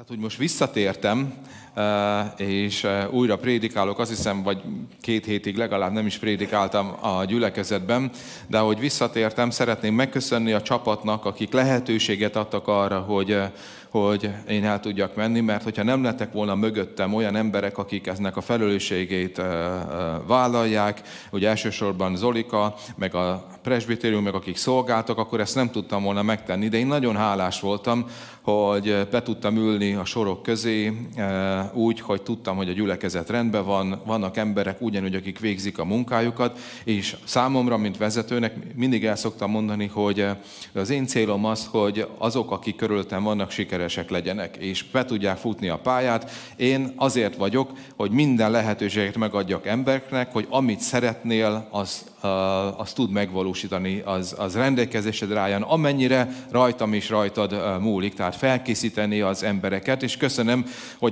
hogy most visszatértem, és újra prédikálok, azt hiszem, vagy 2 hétig legalább nem is prédikáltam a gyülekezetben, de ahogy visszatértem, szeretném megköszönni a csapatnak, akik lehetőséget adtak arra, hogy én el tudjak menni, mert hogyha nem lettek volna mögöttem olyan emberek, akik eznek a felelősségét vállalják, hogy elsősorban Zolika, meg a presbitérium, meg akik szolgáltak, akkor ezt nem tudtam volna megtenni, de én nagyon hálás voltam, hogy be tudtam ülni a sorok közé, úgy, hogy tudtam, hogy a gyülekezet rendben van, vannak emberek ugyanúgy, akik végzik a munkájukat, és számomra, mint vezetőnek mindig el szoktam mondani, hogy az én célom az, hogy azok, akik körülöttem vannak, sikeresek legyenek, és be tudják futni a pályát. Én azért vagyok, hogy minden lehetőséget megadjak embereknek, hogy amit szeretnél, az tud megvalósítani, az rendelkezésedre álljon, amennyire rajtam és rajtad múlik, tehát felkészíteni az embereket, és köszönöm, hogy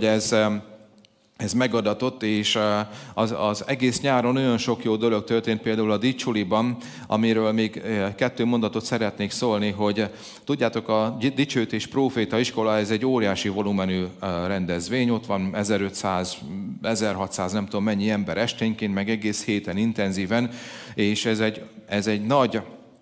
ez megadatott, és az egész nyáron olyan sok jó dolog történt, például a Dicsuliban, amiről még 2 mondatot szeretnék szólni, hogy tudjátok, a Dicsőítés Próféta Iskola, ez egy óriási volumenű rendezvény, ott van 1500, 1600, nem tudom mennyi ember esténként, meg egész héten intenzíven, és ez egy nagy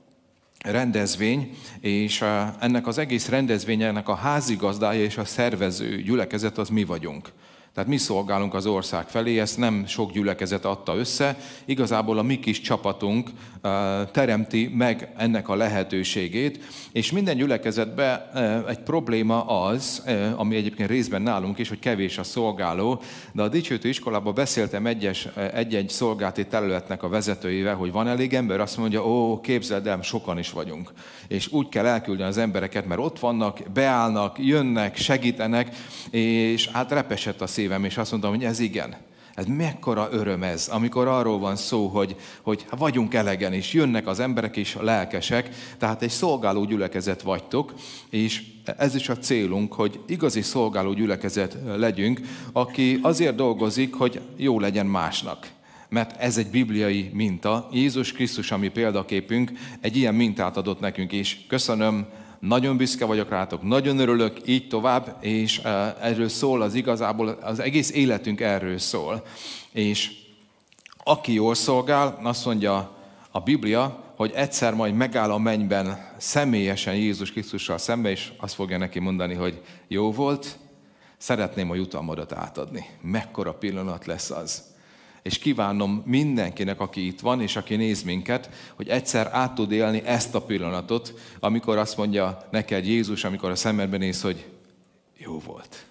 rendezvény, és ennek az egész rendezvénynek a házigazdája és a szervező gyülekezet az mi vagyunk. Tehát mi szolgálunk az ország felé, ezt nem sok gyülekezet adta össze, igazából a mi kis csapatunk teremti meg ennek a lehetőségét, és minden gyülekezetben egy probléma az, ami egyébként részben nálunk is, hogy kevés a szolgáló, de a Dicsőítő Iskolában beszéltem egy-egy szolgálati területnek a vezetőivel, hogy van elég ember, azt mondja, képzeld el, sokan is vagyunk. És úgy kell elküldeni az embereket, mert ott vannak, beállnak, jönnek, segítenek, és hát repesett a szívem, és azt mondtam, hogy ez igen. Ez mekkora öröm ez, amikor arról van szó, hogy vagyunk elegen, és jönnek az emberek is lelkesek, tehát egy szolgáló gyülekezet vagytok, és ez is a célunk, hogy igazi szolgáló gyülekezet legyünk, aki azért dolgozik, hogy jó legyen másnak. Mert ez egy bibliai minta. Jézus Krisztus, ami példaképünk, egy ilyen mintát adott nekünk is. Köszönöm, nagyon büszke vagyok rátok, nagyon örülök, így tovább, és erről szól az igazából, az egész életünk erről szól. És aki jól szolgál, azt mondja a Biblia, hogy egyszer majd megáll a mennyben személyesen Jézus Krisztussal szembe, és azt fogja neki mondani, hogy jó volt, szeretném a jutalmadat átadni. Mekkora pillanat lesz az. És kívánom mindenkinek, aki itt van, és aki néz minket, hogy egyszer át tud élni ezt a pillanatot, amikor azt mondja neked Jézus, amikor a szemedbe néz, hogy jó volt.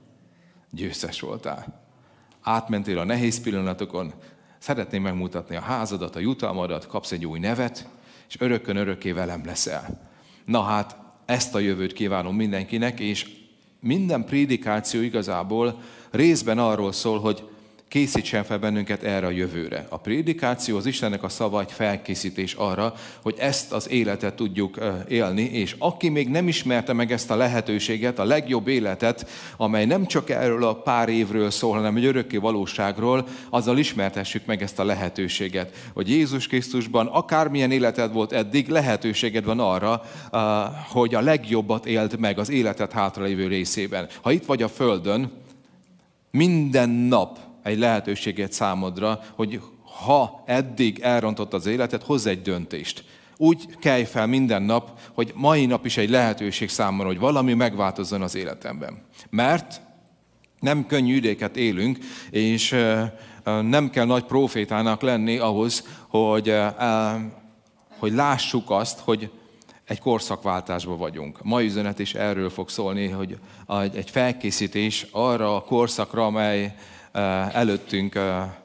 Győztes voltál. Átmentél a nehéz pillanatokon, szeretném megmutatni a házadat, a jutalmadat, kapsz egy új nevet, és örökkön örökké velem leszel. Na hát, ezt a jövőt kívánom mindenkinek, és minden prédikáció igazából részben arról szól, hogy készítsen fel bennünket erre a jövőre. A prédikáció, az Istennek a szava egy felkészítés arra, hogy ezt az életet tudjuk élni, és aki még nem ismerte meg ezt a lehetőséget, a legjobb életet, amely nem csak erről a pár évről szól, hanem egy örökké valóságról, azzal ismertessük meg ezt a lehetőséget. Hogy Jézus Krisztusban akármilyen életed volt eddig, lehetőséged van arra, hogy a legjobbat éld meg az életed hátralévő részében. Ha itt vagy a Földön, minden nap egy lehetőséget számodra, hogy ha eddig elrontott az életet, hozz egy döntést. Úgy kelj fel minden nap, hogy mai nap is egy lehetőség számomra, hogy valami megváltozzon az életemben. Mert nem könnyű időket élünk, és nem kell nagy profétának lenni ahhoz, hogy lássuk azt, hogy egy korszakváltásban vagyunk. Mai üzenet is erről fog szólni, hogy egy felkészítés arra a korszakra, amely előttünk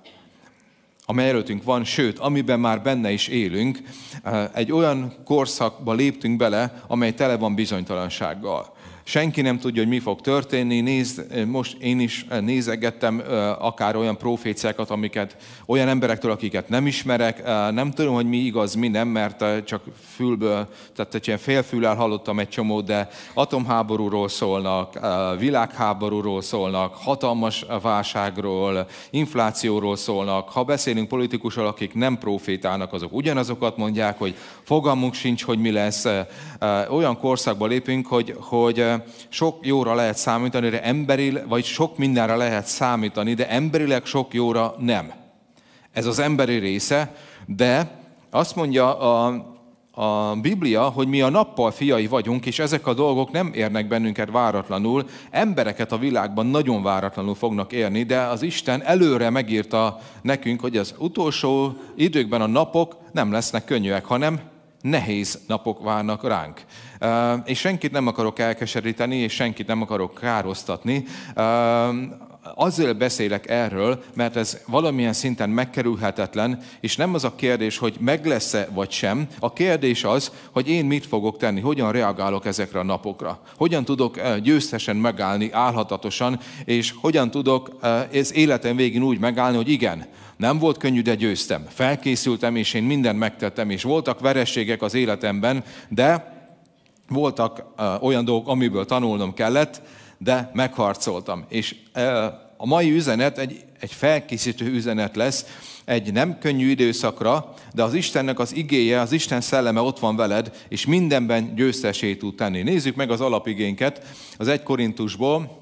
van, sőt, amiben már benne is élünk, egy olyan korszakba léptünk bele, amely tele van bizonytalansággal. Senki nem tudja, hogy mi fog történni. Most én is nézegettem akár olyan proféciákat, olyan emberektől, akiket nem ismerek. Nem tudom, hogy mi igaz, mi nem, mert csak fülből, tehát egy ilyen félfüllel hallottam egy csomót, de atomháborúról szólnak, világháborúról szólnak, hatalmas válságról, inflációról szólnak. Ha beszélünk politikusról, akik nem profétálnak, azok ugyanazokat mondják, hogy fogalmunk sincs, hogy mi lesz. Olyan korszakba lépünk, hogy sok jóra lehet számítani, vagy sok mindenre lehet számítani, de emberileg sok jóra nem. Ez az emberi része, de azt mondja a Biblia, hogy mi a nappal fiai vagyunk, és ezek a dolgok nem érnek bennünket váratlanul. Embereket a világban nagyon váratlanul fognak érni, de az Isten előre megírta nekünk, hogy az utolsó időkben a napok nem lesznek könnyűek, hanem nehéz napok várnak ránk. És senkit nem akarok elkeseríteni, és senkit nem akarok károztatni. Azért beszélek erről, mert ez valamilyen szinten megkerülhetetlen, és nem az a kérdés, hogy meg lesz-e vagy sem. A kérdés az, hogy én mit fogok tenni, hogyan reagálok ezekre a napokra. Hogyan tudok győztesen megállni, álhatatosan, és hogyan tudok ez életem végén úgy megállni, hogy igen, nem volt könnyű, de győztem. Felkészültem, és én mindent megtettem, és voltak vereségek az életemben, de voltak olyan dolgok, amiből tanulnom kellett, de megharcoltam. És a mai üzenet egy felkészítő üzenet lesz, egy nem könnyű időszakra, de az Istennek az igéje, az Isten szelleme ott van veled, és mindenben győztessé tud tenni. Nézzük meg az alapigénket az 1 Korintusból.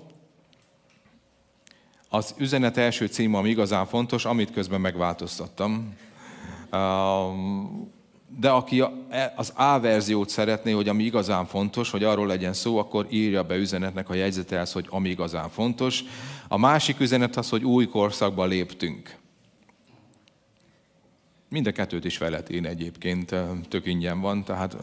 Az üzenet első címe, ami igazán fontos, amit közben megváltoztattam. De aki az A verziót szeretné, hogy ami igazán fontos, hogy arról legyen szó, akkor írja be üzenetnek a jegyzetelhez, hogy ami igazán fontos. A másik üzenet az, hogy új korszakba léptünk. Mind a kettőt is fel lehet írni egyébként, tök ingyen van, tehát...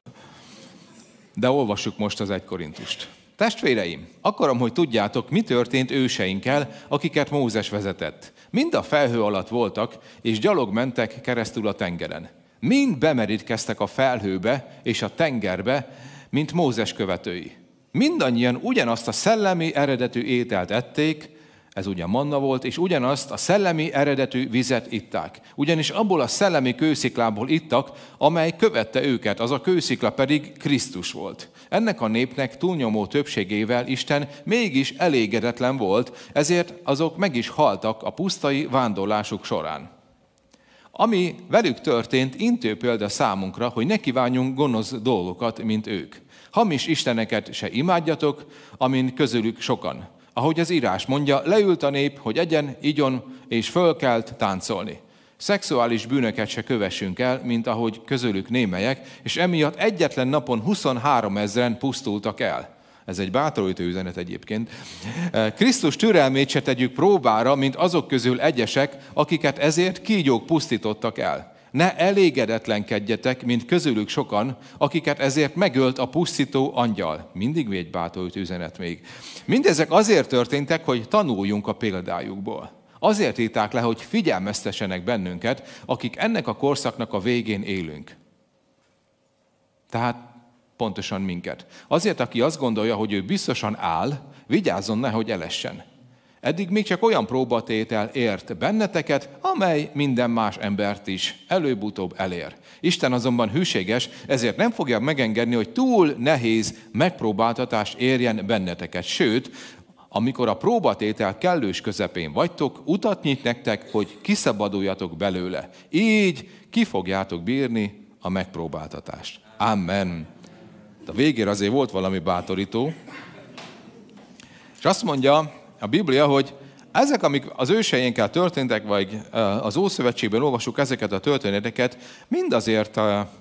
De olvassuk most az 1 Korintust. Testvéreim, akarom, hogy tudjátok, mi történt őseinkkel, akiket Mózes vezetett. Mind a felhő alatt voltak, és gyalog mentek keresztül a tengeren. Mind bemerítkeztek a felhőbe és a tengerbe, mint Mózes követői. Mindannyian ugyanazt a szellemi eredetű ételt ették, ez ugyan manna volt, és ugyanazt a szellemi eredetű vizet itták. Ugyanis abból a szellemi kősziklából ittak, amely követte őket, az a kőszikla pedig Krisztus volt. Ennek a népnek túlnyomó többségével Isten mégis elégedetlen volt, ezért azok meg is haltak a pusztai vándorlásuk során. Ami velük történt, intő példa számunkra, hogy ne kívánjunk gonosz dolgokat, mint ők. Hamis isteneket se imádjatok, amin közülük sokan. Ahogy az írás mondja, leült a nép, hogy egyen, igyon és fölkelt táncolni. Szexuális bűnöket se kövessünk el, mint ahogy közülük némelyek, és emiatt egyetlen napon 23 000 pusztultak el. Ez egy bátorító üzenet egyébként. Krisztus türelmét se tegyük próbára, mint azok közül egyesek, akiket ezért kígyók pusztítottak el. Ne elégedetlenkedjetek, mint közülük sokan, akiket ezért megölt a pusztító angyal. Mindig egy bátorító üzenet még. Mindezek azért történtek, hogy tanuljunk a példájukból. Azért írták le, hogy figyelmeztessenek bennünket, akik ennek a korszaknak a végén élünk. Tehát pontosan minket. Azért, aki azt gondolja, hogy ő biztosan áll, vigyázzon, nehogy elessen. Eddig még csak olyan próbatétel ért benneteket, amely minden más embert is előbb-utóbb elér. Isten azonban hűséges, ezért nem fogja megengedni, hogy túl nehéz megpróbáltatás érjen benneteket. Sőt, amikor a próbatétel kellős közepén vagytok, utat nyit nektek, hogy kiszabaduljatok belőle. Így ki fogjátok bírni a megpróbáltatást. Amen. A végére azért volt valami bátorító. És azt mondja a Biblia, hogy ezek, amik az őseinkkel történtek, vagy az Ószövetségben olvasjuk ezeket a történeteket, mind azért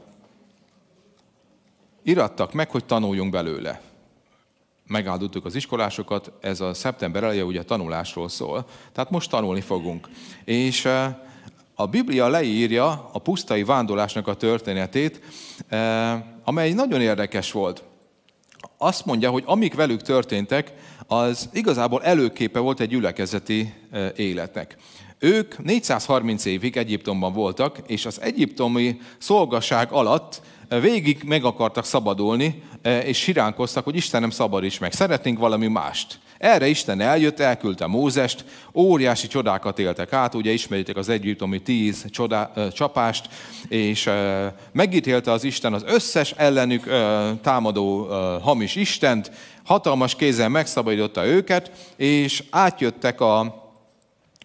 irattak meg, hogy tanuljunk belőle. Megáldottuk az iskolásokat, ez a szeptember eleje ugye tanulásról szól, tehát most tanulni fogunk. És a Biblia leírja a pusztai vándorlásnak a történetét, amely nagyon érdekes volt. Azt mondja, hogy amik velük történtek, az igazából előképe volt egy gyülekezeti életnek. Ők 430 évig Egyiptomban voltak, és az egyiptomi szolgaság alatt végig meg akartak szabadulni, és siránkoztak, hogy Istenem, szabadíts meg, szeretnénk valami mást. Erre Isten eljött, elküldte Mózest, óriási csodákat éltek át, ugye ismeritek az egyiptomi 10 csapást, és megítélte az Isten az összes ellenük támadó hamis istent, hatalmas kézzel megszabadította őket, és átjöttek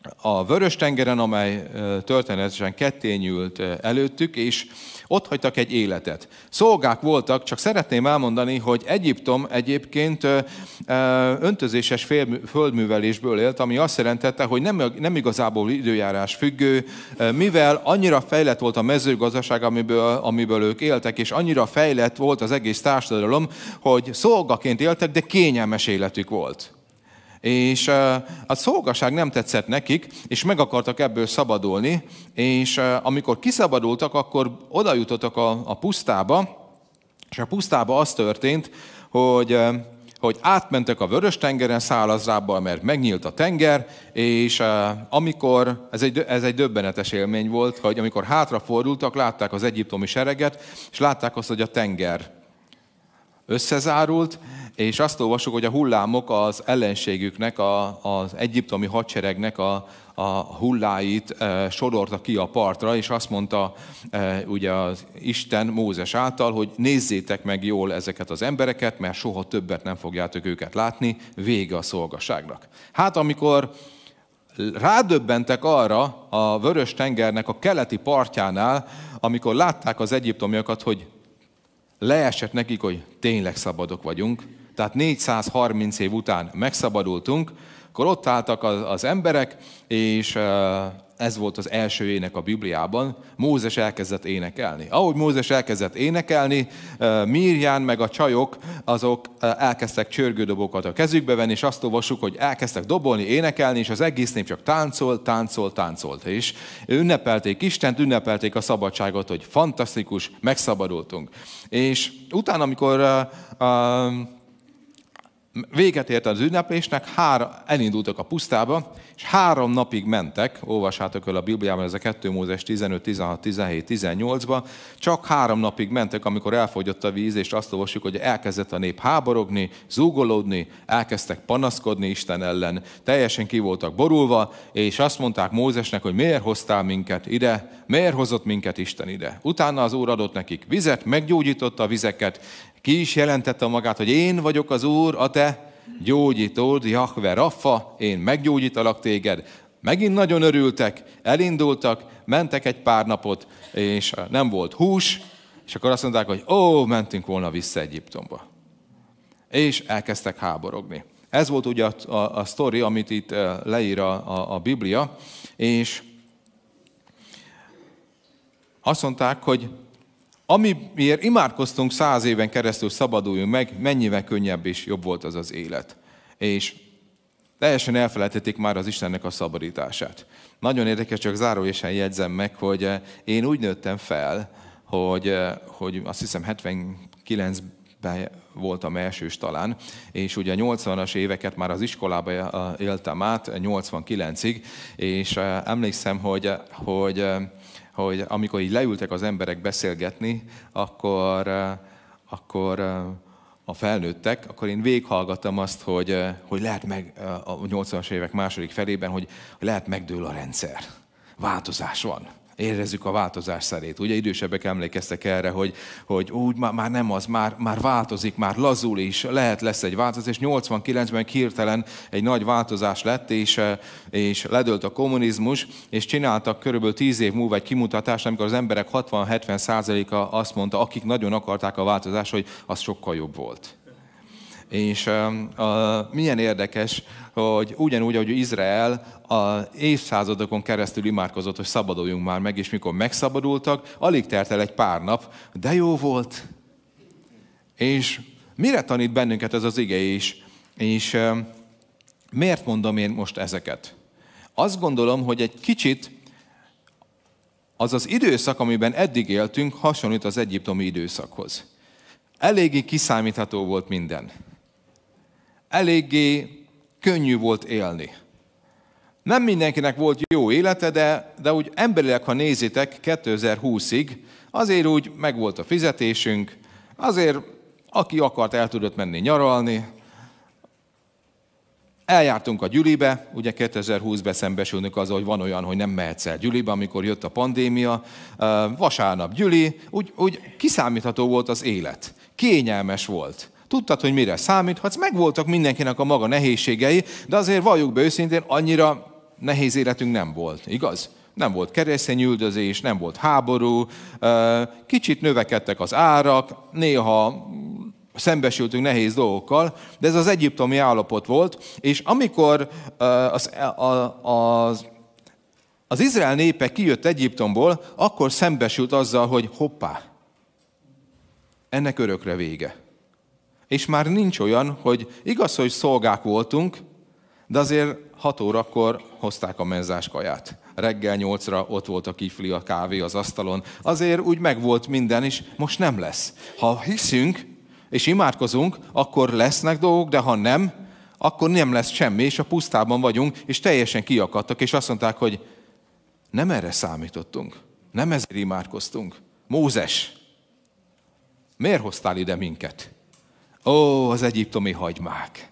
a Vörös-tengeren, amely történetesen ketté nyúlt előttük, és ott hagytak egy életet. Szolgák voltak, csak szeretném elmondani, hogy Egyiptom egyébként öntözéses földművelésből élt, ami azt jelentette, hogy nem igazából időjárás függő, mivel annyira fejlett volt a mezőgazdaság, amiből ők éltek, és annyira fejlett volt az egész társadalom, hogy szolgaként éltek, de kényelmes életük volt. És a szolgaság nem tetszett nekik, és meg akartak ebből szabadulni, és amikor kiszabadultak, akkor oda jutottak a pusztába, és a pusztába az történt, hogy átmentek a Vörös-tengeren szárazlábbal, mert megnyílt a tenger, és amikor, ez egy döbbenetes élmény volt, hogy amikor hátrafordultak, látták az egyiptomi sereget, és látták azt, hogy a tenger összezárult, és azt olvasjuk, hogy a hullámok az ellenségüknek, az egyiptomi hadseregnek a hulláit sodorta ki a partra, és azt mondta ugye az Isten Mózes által, hogy nézzétek meg jól ezeket az embereket, mert soha többet nem fogjátok őket látni, vége a szolgaságnak. Hát amikor rádöbbentek arra a Vörös-tengernek a keleti partjánál, amikor látták az egyiptomiakat, hogy leesett nekik, hogy tényleg szabadok vagyunk, tehát 430 év után megszabadultunk, akkor ott álltak az emberek, és ez volt az első ének a Bibliában, Mózes elkezdett énekelni. Ahogy Mózes elkezdett énekelni, Mírján meg a csajok, azok elkezdtek csörgődobokat a kezükbe venni, és azt olvassuk, hogy elkezdtek dobolni, énekelni, és az egész nép csak táncolt. És ünnepelték Istent, ünnepelték a szabadságot, hogy fantasztikus, megszabadultunk. És utána, amikor véget ért az ünneplésnek, elindultak a pusztába, és 3 napig mentek, olvassátok el a Bibliában, ez a 2 Mózes 15, 16, 17, 18-ba, csak 3 napig mentek, amikor elfogyott a víz, és azt olvassuk, hogy elkezdett a nép háborogni, zúgolódni, elkezdtek panaszkodni Isten ellen, teljesen ki voltak borulva, és azt mondták Mózesnek, hogy miért hoztál minket ide, miért hozott minket Isten ide. Utána az Úr adott nekik vizet, meggyógyította a vizeket, ki is jelentette magát, hogy én vagyok az Úr, a te gyógyítód, Jahve Raffa, én meggyógyítalak téged. Megint nagyon örültek, elindultak, mentek egy pár napot, és nem volt hús, és akkor azt mondták, hogy mentünk volna vissza Egyiptomba. És elkezdtek háborogni. Ez volt ugye a sztori, amit itt leír a Biblia, és azt mondták, hogy amiért imádkoztunk 100 éven keresztül, szabaduljunk meg, mennyivel könnyebb és jobb volt az az élet. És teljesen elfelejtették már az Istennek a szabadítását. Nagyon érdekes, csak zárójelesen jegyzem meg, hogy én úgy nőttem fel, hogy azt hiszem 79-ben voltam elsős talán, és ugye 80-as éveket már az iskolában éltem át, 89-ig, és emlékszem, hogy amikor így leültek az emberek beszélgetni, akkor a felnőttek, akkor én végighallgattam azt, hogy lehet meg a 80-as évek második felében, hogy lehet megdől a rendszer. Változás van. Érezzük a változás szerét. Ugye idősebbek emlékeztek erre, hogy úgy már nem az, már változik, már lazul is, lesz egy változás, és 89-ben hirtelen egy nagy változás lett, és ledőlt a kommunizmus, és csináltak körülbelül 10 év múlva egy kimutatást, amikor az emberek 60-70%-a azt mondta, akik nagyon akarták a változást, hogy az sokkal jobb volt. És milyen érdekes, hogy ugyanúgy, ahogy Izrael évszázadokon keresztül imádkozott, hogy szabaduljunk már meg, és mikor megszabadultak, alig telt el egy pár nap, de jó volt. És mire tanít bennünket ez az ige is? És miért mondom én most ezeket? Azt gondolom, hogy egy kicsit az az időszak, amiben eddig éltünk, hasonlít az egyiptomi időszakhoz. Eléggé kiszámítható volt minden. Eléggé könnyű volt élni. Nem mindenkinek volt jó élete, de úgy emberileg, ha nézitek, 2020-ig azért úgy megvolt a fizetésünk, azért aki akart, el tudott menni nyaralni. Eljártunk a gyülibe, ugye 2020-ben szembesülnünk azzal, hogy van olyan, hogy nem mehetsz el gyülibe, amikor jött a pandémia. Vasárnap gyüli, úgy kiszámítható volt az élet. Kényelmes volt. Tudtad, hogy mire számíthatsz, megvoltak mindenkinek a maga nehézségei, de azért valljuk be őszintén, annyira nehéz életünk nem volt, igaz? Nem volt keresztényüldözés, nem volt háború, kicsit növekedtek az árak, néha szembesültünk nehéz dolgokkal, de ez az egyiptomi állapot volt, és amikor az Izrael népe kijött Egyiptomból, akkor szembesült azzal, hogy hoppá, ennek örökre vége. És már nincs olyan, hogy igaz, hogy szolgák voltunk, de azért 6 órakor hozták a menzás kaját. Reggel 8-ra ott volt a kifli, a kávé az asztalon. Azért úgy megvolt minden, és most nem lesz. Ha hiszünk, és imádkozunk, akkor lesznek dolgok, de ha nem, akkor nem lesz semmi, és a pusztában vagyunk, és teljesen kiakadtak, és azt mondták, hogy nem erre számítottunk, nem ezért imádkoztunk. Mózes, miért hoztál ide minket? Ó, az egyiptomi hagymák.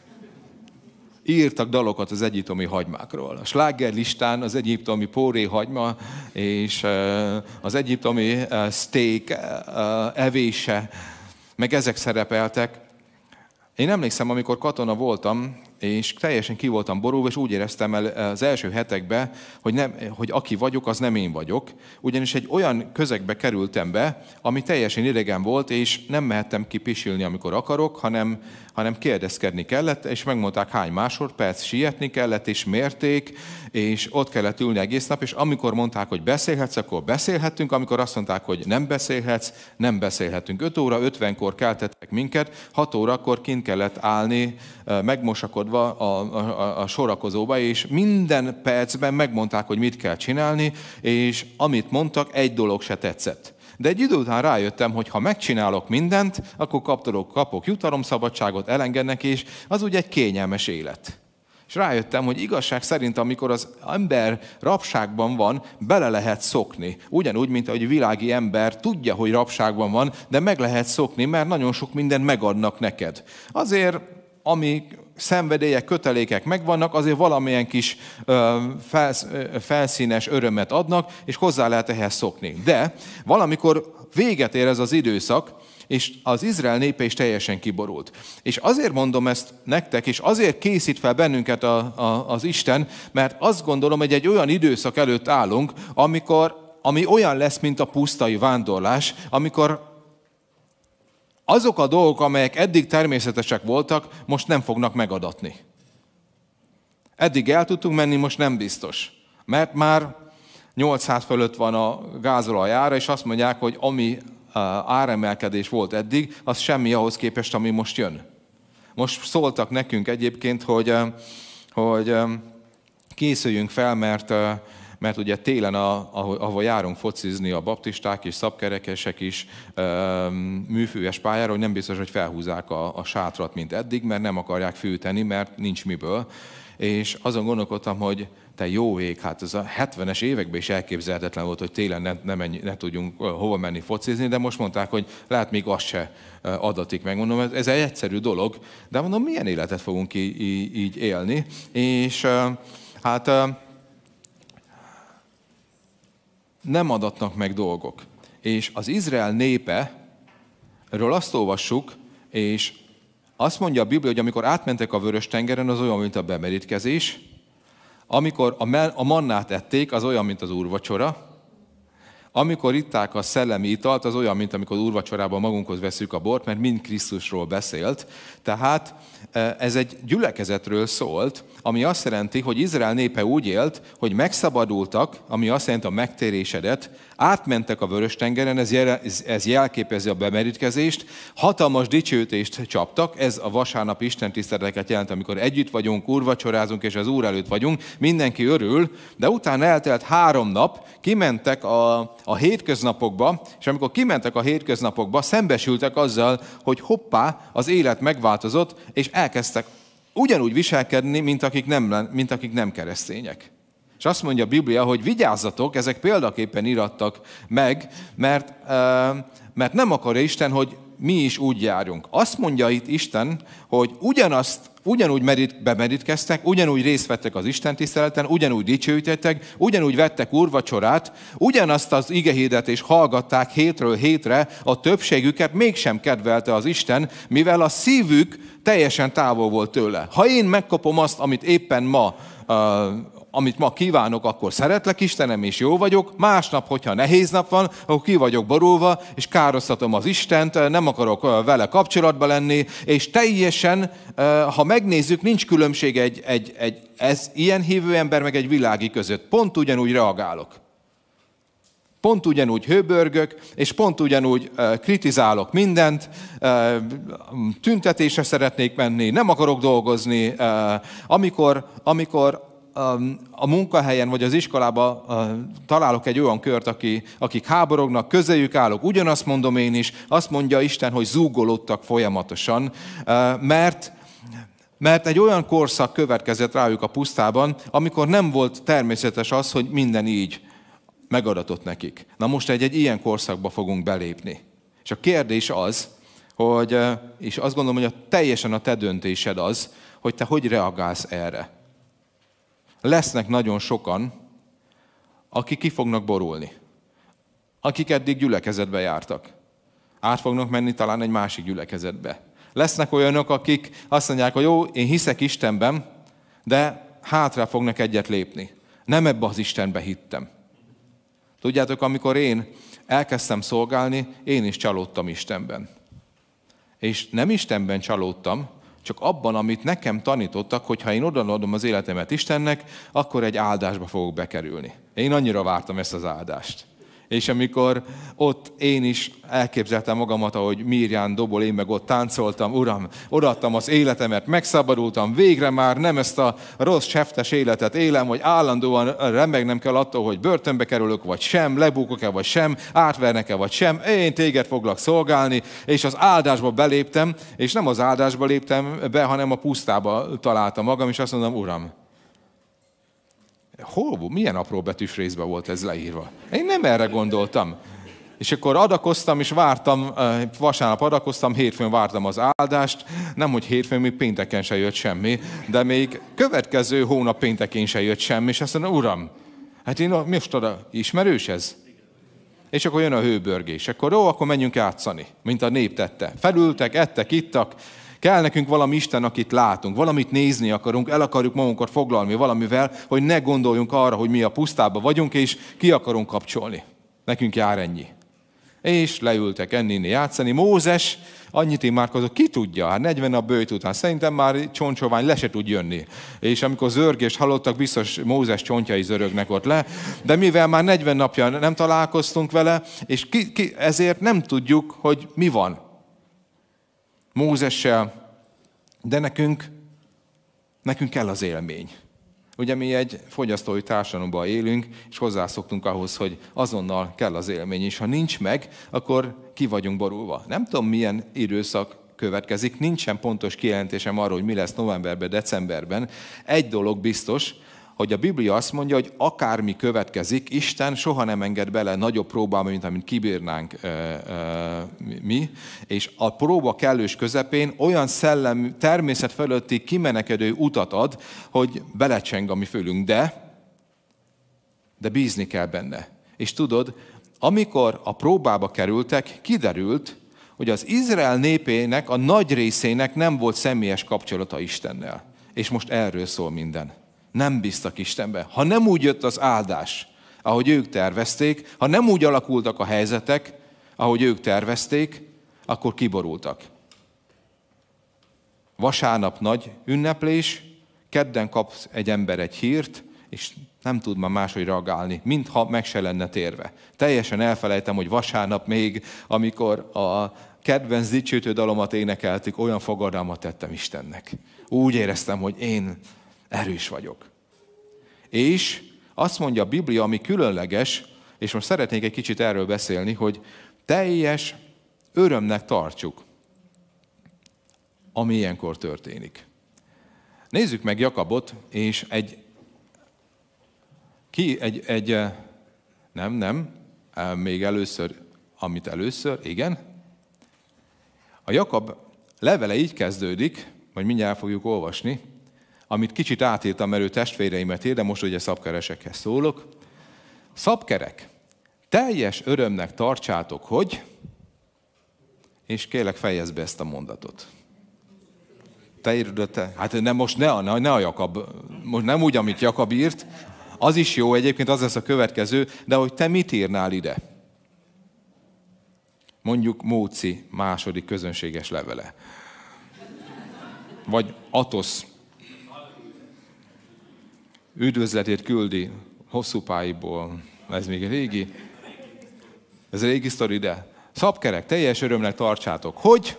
Írtak dalokat az egyiptomi hagymákról. A slágerlistán az egyiptomi póré hagyma és az egyiptomi steak evése, meg ezek szerepeltek. Én emlékszem, amikor katona voltam, és teljesen ki voltam borulva, és úgy éreztem el az első hetekben, hogy aki vagyok, az nem én vagyok. Ugyanis egy olyan közegbe kerültem be, ami teljesen idegen volt, és nem mehettem ki pisilni, amikor akarok, hanem kérdezkedni kellett, és megmondták hány másodperc, sietni kellett, és mérték, és ott kellett ülni egész nap, és amikor mondták, hogy beszélhetsz, akkor beszélhettünk, amikor azt mondták, hogy nem beszélhetsz, nem beszélhetünk. 5 óra 50-kor keltettek minket, 6 órakor kint kellett állni, megmosakodva a sorakozóba, és minden percben megmondták, hogy mit kell csinálni, és amit mondtak, egy dolog se tetszett. De egy idő után rájöttem, hogy ha megcsinálok mindent, akkor kapok jutalomszabadságot, elengednek, és az úgy egy kényelmes élet. És rájöttem, hogy igazság szerint, amikor az ember rabságban van, bele lehet szokni. Ugyanúgy, mint ahogy a világi ember tudja, hogy rabságban van, de meg lehet szokni, mert nagyon sok mindent megadnak neked. Azért, ami szenvedélyek, kötelékek megvannak, azért valamilyen kis felszínes örömet adnak, és hozzá lehet ehhez szokni. De valamikor véget ér ez az időszak, és az Izrael népe is teljesen kiborult. És azért mondom ezt nektek, és azért készít fel bennünket az Isten, mert azt gondolom, hogy egy olyan időszak előtt állunk, ami olyan lesz, mint a pusztai vándorlás, amikor azok a dolgok, amelyek eddig természetesek voltak, most nem fognak megadatni. Eddig el tudtunk menni, most nem biztos. Mert már 800 fölött van a gázolaj ára, és azt mondják, hogy ami áremelkedés volt eddig, az semmi ahhoz képest, ami most jön. Most szóltak nekünk egyébként, hogy készüljünk fel, mert ugye télen, ahol járunk focizni, a baptisták és szabkerekesek is műfűves pályára, hogy nem biztos, hogy felhúzzák a sátrat, mint eddig, mert nem akarják fűteni, mert nincs miből. És azon gondolkodtam, hogy te jó ég, hát ez a 70-es években is elképzelhetetlen volt, hogy télen ne tudjunk hova menni focizni, de most mondták, hogy lehet még azt se adatik meg. Mondom, ez egy egyszerű dolog, de mondom, milyen életet fogunk így élni. És hát nem adatnak meg dolgok. És az Izrael népe, erről azt olvassuk, és azt mondja a Biblia, hogy amikor átmentek a Vörös-tengeren, az olyan, mint a bemerítkezés. Amikor a mannát ették, az olyan, mint az úrvacsora. Amikor itták a szellemi italt, az olyan, mint amikor úrvacsorában magunkhoz veszük a bort, mert mind Krisztusról beszélt. Tehát ez egy gyülekezetről szólt, ami azt jelenti, hogy Izrael népe úgy élt, hogy megszabadultak, ami azt jelenti a megtérésedet, átmentek a Vörös-tengeren, ez jelképezi a bemerítkezést, hatalmas dicsőítést csaptak, ez a vasárnapi istentiszteleteket jelent, amikor együtt vagyunk, úrvacsorázunk, és az Úr előtt vagyunk, mindenki örül, de utána eltelt 3 nap, kimentek a hétköznapokba, és amikor kimentek a hétköznapokba, szembesültek azzal, hogy hoppá, az élet megváltozott, és elkezdtek ugyanúgy viselkedni, mint akik nem keresztények. És azt mondja a Biblia, hogy vigyázzatok, ezek példaképpen irattak meg, mert nem akarja Isten, hogy mi is úgy járjunk. Azt mondja itt Isten, hogy ugyanúgy bemerítkeztek, ugyanúgy részt vettek az Isten tiszteleten, ugyanúgy dicsőítettek, ugyanúgy vettek úrvacsorát, ugyanazt az igehirdetést hallgatták hétről hétre, a többségüket mégsem kedvelte az Isten, mivel a szívük teljesen távol volt tőle. Ha én megkapom azt, amit éppen ma amit ma kívánok, akkor szeretlek Istenem, és jó vagyok. Másnap, hogyha nehéz nap van, akkor ki vagyok borulva, és károsztatom az Istent, nem akarok vele kapcsolatba lenni, és teljesen, ha megnézzük, nincs különbség ez ilyen hívő ember meg egy világi között. Pont ugyanúgy reagálok. Pont ugyanúgy hőbörgök, és pont ugyanúgy kritizálok mindent, tüntetésre szeretnék menni, nem akarok dolgozni. Amikor a munkahelyen vagy az iskolában találok egy olyan kört, akik háborognak, közéjük állok, ugyanazt mondom én is, azt mondja Isten, hogy zúgolódtak folyamatosan, mert egy olyan korszak következett rájuk a pusztában, amikor nem volt természetes az, hogy minden így megadatott nekik. Na most egy ilyen korszakba fogunk belépni. És a kérdés az, hogy, és azt gondolom, hogy teljesen a te döntésed az, hogy te hogy reagálsz erre. Lesznek nagyon sokan, akik ki fognak borulni. Akik eddig gyülekezetbe jártak. Át fognak menni talán egy másik gyülekezetbe. Lesznek olyanok, akik azt mondják, hogy jó, én hiszek Istenben, de hátra fognak egyet lépni. Nem ebbe az Istenbe hittem. Tudjátok, amikor én elkezdtem szolgálni, én is csalódtam Istenben. És nem Istenben csalódtam, csak abban, amit nekem tanítottak, hogy ha én odaadom az életemet Istennek, akkor egy áldásba fogok bekerülni. Én annyira vártam ezt az áldást. És amikor ott én is elképzeltem magamat, ahogy Mirján dobol, én meg ott táncoltam, Uram, odaadtam az életemet, megszabadultam, végre már nem ezt a rossz seftes életet élem, hogy állandóan remegnem kell attól, hogy börtönbe kerülök, vagy sem, lebukok-e, vagy sem, átvernek-e, vagy sem, én téged foglak szolgálni, és az áldásba beléptem, és nem az áldásba léptem be, hanem a pusztába találtam magam, és azt mondom, Uram, milyen apró betűs részben volt ez leírva? Én nem erre gondoltam. És akkor adakoztam, és vártam, vasárnap adakoztam, hétfőn vártam az áldást, nem hogy hétfőn, még pénteken se jött semmi, de még következő hónap péntekén se jött semmi, és azt mondom, Uram, hát én most oda, ismerős ez? És akkor jön a hőbörgés, akkor akkor menjünk játszani, mint a nép tette. Felültek, ettek, ittak, kell nekünk valami Isten, akit látunk, valamit nézni akarunk, el akarjuk magunkat foglalni valamivel, hogy ne gondoljunk arra, hogy mi a pusztában vagyunk, és ki akarunk kapcsolni. Nekünk jár ennyi. És leültek enni, játszani. Mózes, annyit imádkozott, ki tudja, hát 40 nap bőjt után, szerintem már csontsovány le se tud jönni. És amikor zörgést hallottak, biztos Mózes csontjai zörögnek ott le, de mivel már 40 napja nem találkoztunk vele, és ezért nem tudjuk, hogy mi van Mózessel, de nekünk kell az élmény. Ugye mi egy fogyasztói társadalomban élünk, és hozzászoktunk ahhoz, hogy azonnal kell az élmény, és ha nincs meg, akkor ki vagyunk borulva. Nem tudom, milyen időszak következik, nincsen pontos kijelentésem arról, hogy mi lesz novemberben, decemberben. Egy dolog biztos, hogy a Biblia azt mondja, hogy akármi következik, Isten soha nem enged bele nagyobb próbába, mint amit kibírnánk mi, és a próba kellős közepén olyan szellem, természet fölötti kimenekedő utat ad, hogy belecseng a mi fölünk, de bízni kell benne. És tudod, amikor a próbába kerültek, kiderült, hogy az Izrael népének, a nagy részének nem volt személyes kapcsolata Istennel. És most erről szól minden. Nem bíztak Istenbe. Ha nem úgy jött az áldás, ahogy ők tervezték, ha nem úgy alakultak a helyzetek, ahogy ők tervezték, akkor kiborultak. Vasárnap nagy ünneplés, kedden kap egy ember egy hírt, és nem tud már máshogy reagálni, mintha meg se lenne térve. Teljesen elfelejtem, hogy vasárnap még, amikor a kedvenc dicsőtő dalomat énekeltük, olyan fogadalmat tettem Istennek. Úgy éreztem, hogy én erős vagyok. És azt mondja a Biblia, ami különleges, és most szeretnék egy kicsit erről beszélni, hogy teljes örömnek tartsuk, ami ilyenkor történik. Nézzük meg Jakabot, és még először, igen. A Jakab levele így kezdődik, majd mindjárt fogjuk olvasni, amit kicsit átírtam, mert ő testvéreimet ír, de most ugye szabkeresekhez szólok. Szabkerek, teljes örömnek tartsátok, hogy, és kérlek fejezd be ezt a mondatot. Te írod, te. Hát nem, most ne a Jakab, most nem úgy, amit Jakab írt, az is jó egyébként, az lesz a következő, de hogy te mit írnál ide? Mondjuk Móci második közönséges levele. Vagy Atosz. Üdvözletét küldi hosszú pályból. Ez még régi. Ez régi sztori, de szabkerek, teljes örömnek tartsátok. Hogy?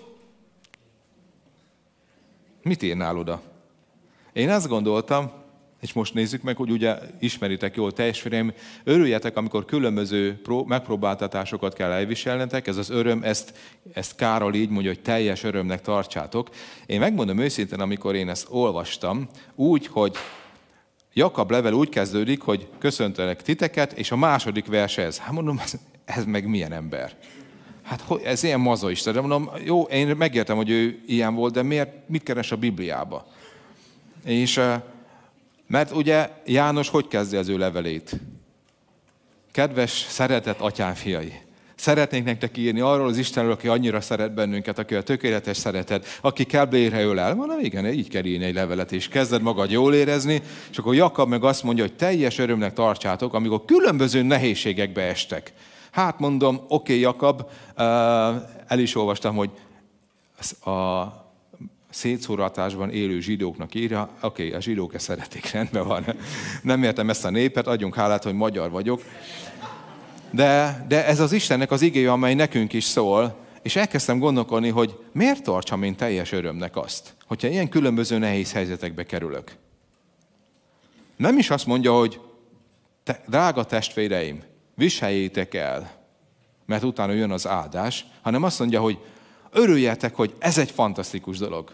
Mit írnál oda? Én azt gondoltam, és most nézzük meg, hogy ugye ismeritek jól teljesférjem, örüljetek, amikor különböző megpróbáltatásokat kell elviselnetek, ez az öröm, ezt Károly így mondja, hogy teljes örömnek tartsátok. Én megmondom őszintén, amikor én ezt olvastam, úgy, hogy Jakab level úgy kezdődik, hogy köszöntelek titeket, és a második verse ez. Hát mondom, ez meg milyen ember? Hát ez ilyen mazoista, de mondom, jó, én megértem, hogy ő ilyen volt, de mit keres a Bibliába? És mert ugye János hogy kezdi az ő levelét? Kedves, szeretett atyám fiai, szeretnénk nektek írni arról az Istenről, aki annyira szeret bennünket, aki a tökéletes szeretet, aki keblétre öl el. Mondom, igen, így kell írni egy levelet, és kezded magad jól érezni, és akkor Jakab meg azt mondja, hogy teljes örömnek tartsátok, amikor különböző nehézségekbe estek. Hát mondom, oké, Jakab, el is olvastam, hogy a szétszóratásban élő zsidóknak írja, oké, a zsidók ezt szeretik, rendben van. Nem értem ezt a népet, adjunk hálát, hogy magyar vagyok. De ez az Istennek az igéje, amely nekünk is szól, és elkezdtem gondolkodni, hogy miért tartsam én teljes örömnek azt, hogyha ilyen különböző nehéz helyzetekbe kerülök. Nem is azt mondja, hogy drága testvéreim, viseljétek el, mert utána jön az áldás, hanem azt mondja, hogy örüljetek, hogy ez egy fantasztikus dolog.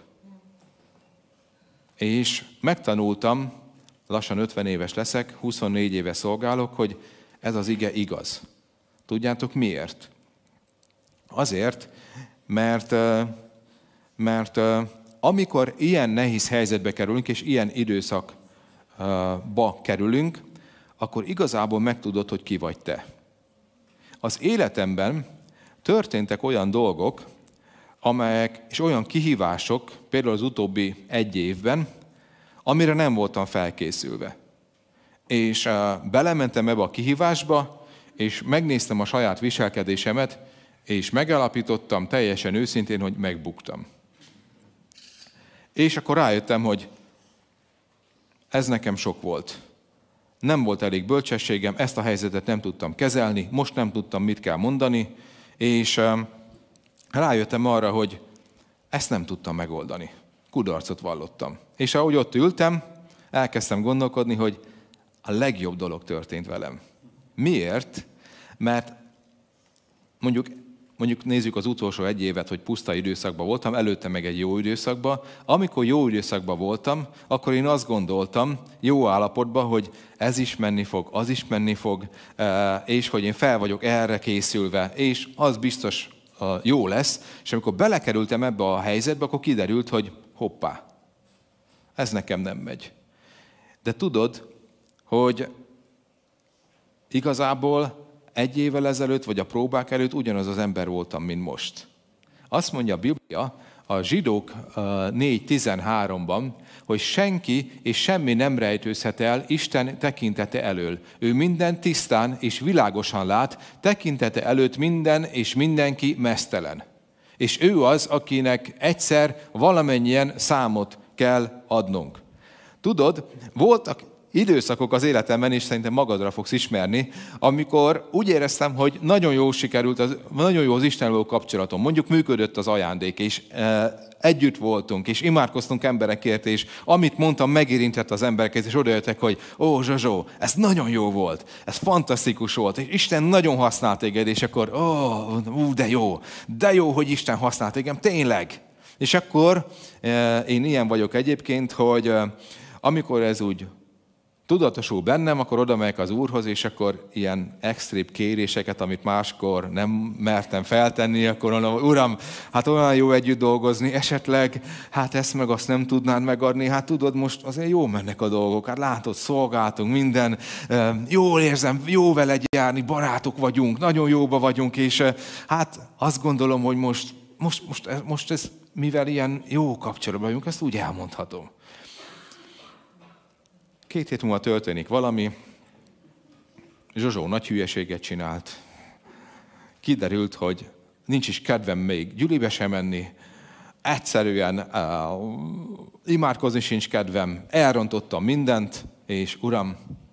És megtanultam, lassan 50 éves leszek, 24 éve szolgálok, hogy ez az ige igaz. Tudjátok miért? Azért, mert amikor ilyen nehéz helyzetbe kerülünk, és ilyen időszakba kerülünk, akkor igazából megtudod, hogy ki vagy te. Az életemben történtek olyan dolgok, amelyek, és olyan kihívások, például az utóbbi 1 évben, amire nem voltam felkészülve. És belementem ebbe a kihívásba, és megnéztem a saját viselkedésemet, és megállapítottam teljesen őszintén, hogy megbuktam. És akkor rájöttem, hogy ez nekem sok volt. Nem volt elég bölcsességem, ezt a helyzetet nem tudtam kezelni, most nem tudtam, mit kell mondani, és rájöttem arra, hogy ezt nem tudtam megoldani. Kudarcot vallottam. És ahogy ott ültem, elkezdtem gondolkodni, hogy a legjobb dolog történt velem. Miért? Mert mondjuk nézzük az utolsó 1 évet, hogy puszta időszakban voltam, előtte meg egy jó időszakban. Amikor jó időszakban voltam, akkor én azt gondoltam, jó állapotban, hogy ez is menni fog, az is menni fog, és hogy én fel vagyok erre készülve, és az biztos jó lesz. És amikor belekerültem ebbe a helyzetbe, akkor kiderült, hogy hoppá, ez nekem nem megy. De tudod, hogy igazából 1 évvel ezelőtt, vagy a próbák előtt ugyanaz az ember voltam, mint most. Azt mondja a Biblia, a Zsidók 4.13-ban, hogy senki és semmi nem rejtőzhet el Isten tekintete elől. Ő minden tisztán és világosan lát, tekintete előtt minden és mindenki meztelen. És ő az, akinek egyszer valamennyien számot kell adnunk. Tudod, voltak időszakok az életemben, és szerintem magadra fogsz ismerni, amikor úgy éreztem, hogy nagyon jól sikerült, nagyon jó az Istennel kapcsolatom. Mondjuk működött az ajándék, és együtt voltunk, és imádkoztunk emberekért, és amit mondtam, megérintett az embereket, és odajöttek, hogy ó, Zsazsó, ez nagyon jó volt, ez fantasztikus volt, és Isten nagyon használt téged, és akkor de jó, hogy Isten használt téged, tényleg. És akkor én ilyen vagyok egyébként, hogy amikor ez úgy tudatosul bennem, akkor oda megyek az Úrhoz, és akkor ilyen extrém kéréseket, amit máskor nem mertem feltenni, akkor mondom, Uram, hát olyan jó együtt dolgozni, esetleg, hát ezt meg azt nem tudnád megadni, hát tudod, most azért jó mennek a dolgok, hát látod, szolgáltunk, minden, jól érzem, jó vele járni, barátok vagyunk, nagyon jóba vagyunk, és hát azt gondolom, hogy most most ez, mivel ilyen jó kapcsolatban vagyunk, ezt úgy elmondhatom. 2 hét múlva történik valami, Zsozsó nagy hülyeséget csinált. Kiderült, hogy nincs is kedvem még gyülibe sem menni, egyszerűen imádkozni sincs kedvem, elrontottam mindent, és Uram,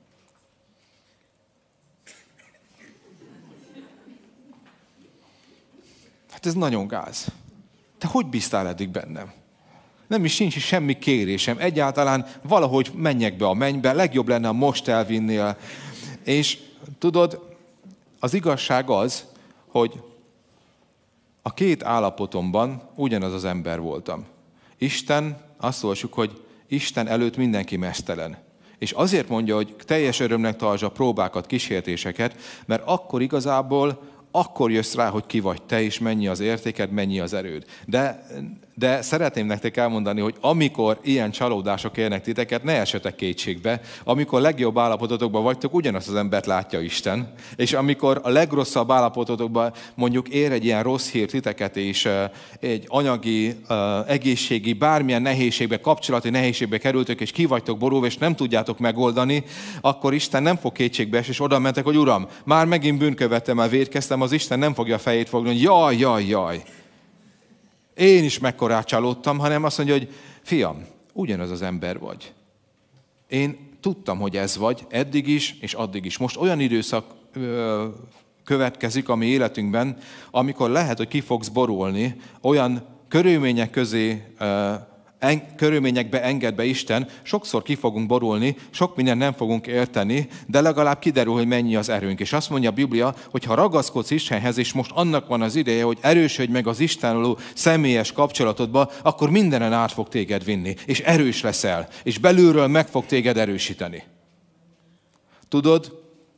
hát ez nagyon gáz. Te hogy bíztál eddig bennem? Nem is sincs semmi kérésem, egyáltalán valahogy menjek be a mennybe, legjobb lenne, ha most elvinnél. És tudod, az igazság az, hogy a 2 állapotomban ugyanaz az ember voltam. Isten, azt olvassuk, hogy Isten előtt mindenki meztelen. És azért mondja, hogy teljes örömnek tartsd a próbákat, kísértéseket, mert akkor igazából jössz rá, hogy ki vagy te, és mennyi az értéked, mennyi az erőd. De szeretném nektek elmondani, hogy amikor ilyen csalódások érnek titeket, ne essetek kétségbe. Amikor legjobb állapototokban vagytok, ugyanazt az embert látja Isten. És amikor a legrosszabb állapototokban mondjuk ér egy ilyen rossz hír titeket, és egy anyagi, egészségi, bármilyen nehézségbe, kapcsolati nehézségbe kerültök, és ki vagytok borulva, és nem tudjátok megoldani, akkor Isten nem fog kétségbe esni, és oda mentek, hogy Uram, már megint bűnkövettem, már vétkeztem, az Isten nem fogja a fejét fogni, hogy jaj. Én is mekkorát csalódtam, hanem azt mondja, hogy fiam, ugyanaz az ember vagy. Én tudtam, hogy ez vagy, eddig is, és addig is. Most olyan időszak következik a mi életünkben, amikor lehet, hogy ki fogsz borulni, olyan körülmények közé, körülményekbe enged be Isten, sokszor ki fogunk borulni, sok mindent nem fogunk érteni, de legalább kiderül, hogy mennyi az erőnk. És azt mondja a Biblia, hogy ha ragaszkodsz Istenhez, és most annak van az ideje, hogy erősödj meg az Istennel személyes kapcsolatodba, akkor mindenen át fog téged vinni, és erős leszel, és belülről meg fog téged erősíteni. Tudod,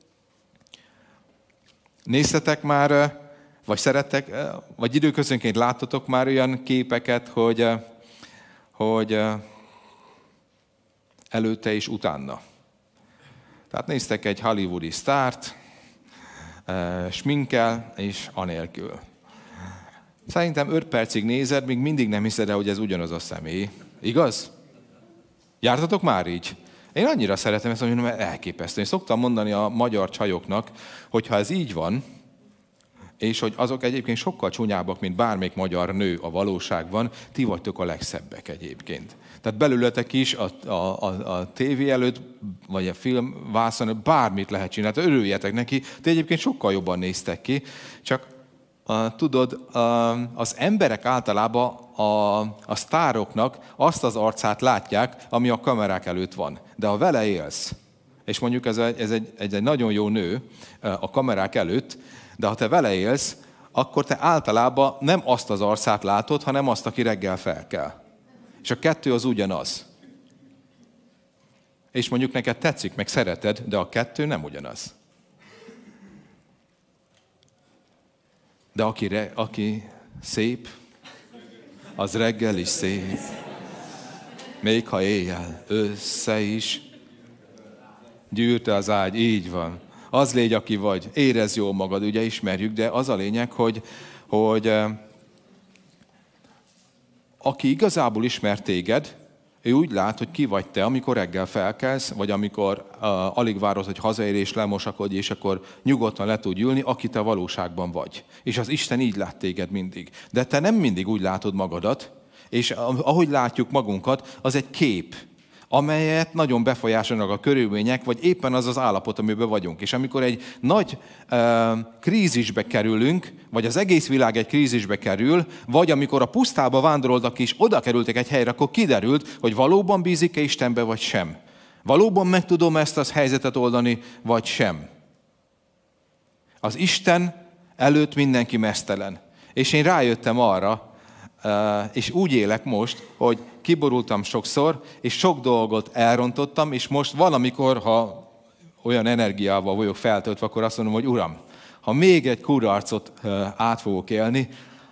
néztetek már, vagy szerettek, vagy időközönként láttatok már olyan képeket, hogy előtte és utána. Tehát néztek egy hollywoodi sztárt, sminkkel és anélkül. Szerintem 5 percig nézed, még mindig nem hiszed el, hogy ez ugyanaz a személy. Igaz? Jártatok már így? Én annyira szeretem ezt, mert elképesztő. Én szoktam mondani a magyar csajoknak, hogy ha ez így van, és hogy azok egyébként sokkal csúnyábbak, mint bármelyik magyar nő a valóságban, ti vagytok a legszebbek egyébként. Tehát belőletek is a tévé előtt, vagy a film vászon, bármit lehet csinálni, örüljetek neki, ti egyébként sokkal jobban néztek ki, csak tudod, az emberek általában a sztároknak azt az arcát látják, ami a kamerák előtt van. De ha vele élsz, és mondjuk ez egy nagyon jó nő a kamerák előtt, de ha te vele élsz, akkor te általában nem azt az arcát látod, hanem azt, aki reggel felkel. És a 2 az ugyanaz. És mondjuk neked tetszik, meg szereted, de a 2 nem ugyanaz. De aki szép, az reggel is szép. Még ha éjjel össze is gyűrte az ágy, így van. Az légy, aki vagy, érezd jól magad, ugye ismerjük, de az a lényeg, hogy aki igazából ismer téged, ő úgy lát, hogy ki vagy te, amikor reggel felkelsz, vagy amikor alig várod, hogy hazaér és lemosakodj, és akkor nyugodtan le tud ülni, aki te valóságban vagy. És az Isten így lát téged mindig. De te nem mindig úgy látod magadat, és ahogy látjuk magunkat, az egy kép, amelyet nagyon befolyásolnak a körülmények, vagy éppen az az állapot, amiben vagyunk. És amikor egy nagy krízisbe kerülünk, vagy az egész világ egy krízisbe kerül, vagy amikor a pusztába vándoroltak és oda kerültek egy helyre, akkor kiderült, hogy valóban bízik-e Istenbe, vagy sem. Valóban meg tudom ezt az helyzetet oldani, vagy sem. Az Isten előtt mindenki meztelen. És én rájöttem arra, és úgy élek most, hogy kiborultam sokszor, és sok dolgot elrontottam, és most valamikor, ha olyan energiával vagyok feltöltve, akkor azt mondom, hogy Uram, ha még egy kudarcot át fogok élni,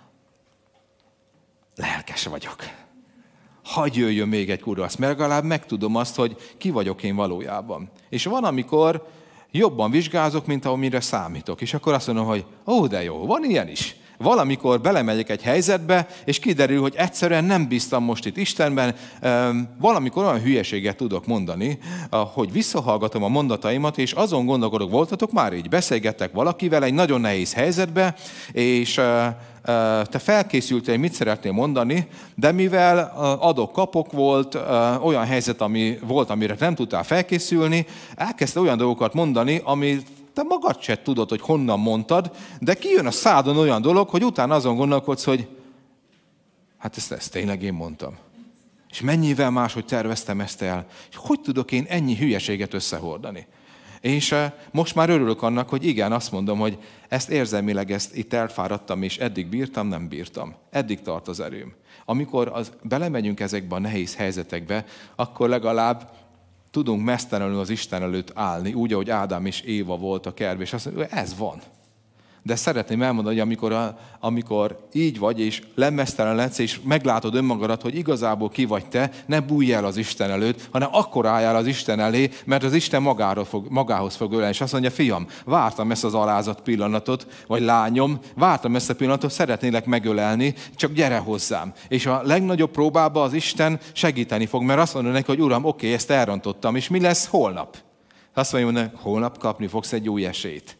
lelkes vagyok. Hadd jöjjön még egy kudarc, mert legalább megtudom azt, hogy ki vagyok én valójában. És van, amikor jobban vizsgázok, mint amire számítok. És akkor azt mondom, hogy de jó, van ilyen is. valamikor belemegyek egy helyzetbe, és kiderül, hogy egyszerűen nem bíztam most itt Istenben, valamikor olyan hülyeséget tudok mondani, hogy visszahallgatom a mondataimat, és azon gondolkodok, voltatok már így, beszélgettek valakivel egy nagyon nehéz helyzetbe, és te felkészültél, mit szeretnél mondani, de mivel adok-kapok volt, olyan helyzet, ami volt, amire nem tudtál felkészülni, elkezdte olyan dolgokat mondani, amit te magad se tudod, hogy honnan mondtad, de kijön a szádon olyan dolog, hogy utána azon gondolkodsz, hogy hát ezt tényleg én mondtam. És mennyivel máshogy terveztem ezt el, és hogy tudok én ennyi hülyeséget összehordani. És most már örülök annak, hogy igen, azt mondom, hogy ezt érzelmileg itt elfáradtam, és eddig bírtam, nem bírtam. Eddig tart az erőm. Amikor belemegyünk ezekbe a nehéz helyzetekbe, akkor legalább tudunk mesztelenül az Isten előtt állni, úgy, ahogy Ádám és Éva volt a kertben, és azt mondja, hogy ez van. De szeretném elmondani, hogy amikor így vagy, és lemeztelen letsz, és meglátod önmagadat, hogy igazából ki vagy te, ne bújj el az Isten előtt, hanem akkor álljál az Isten elé, mert az Isten magához fog ölelni. És azt mondja, fiam, vártam ezt az alázat pillanatot, vagy lányom, vártam ezt a pillanatot, szeretnélek megölelni, csak gyere hozzám. És a legnagyobb próbában az Isten segíteni fog, mert azt mondja neki, hogy uram, oké, ezt elrontottam, és mi lesz holnap? Azt mondja, holnap kapni fogsz egy új esélyt.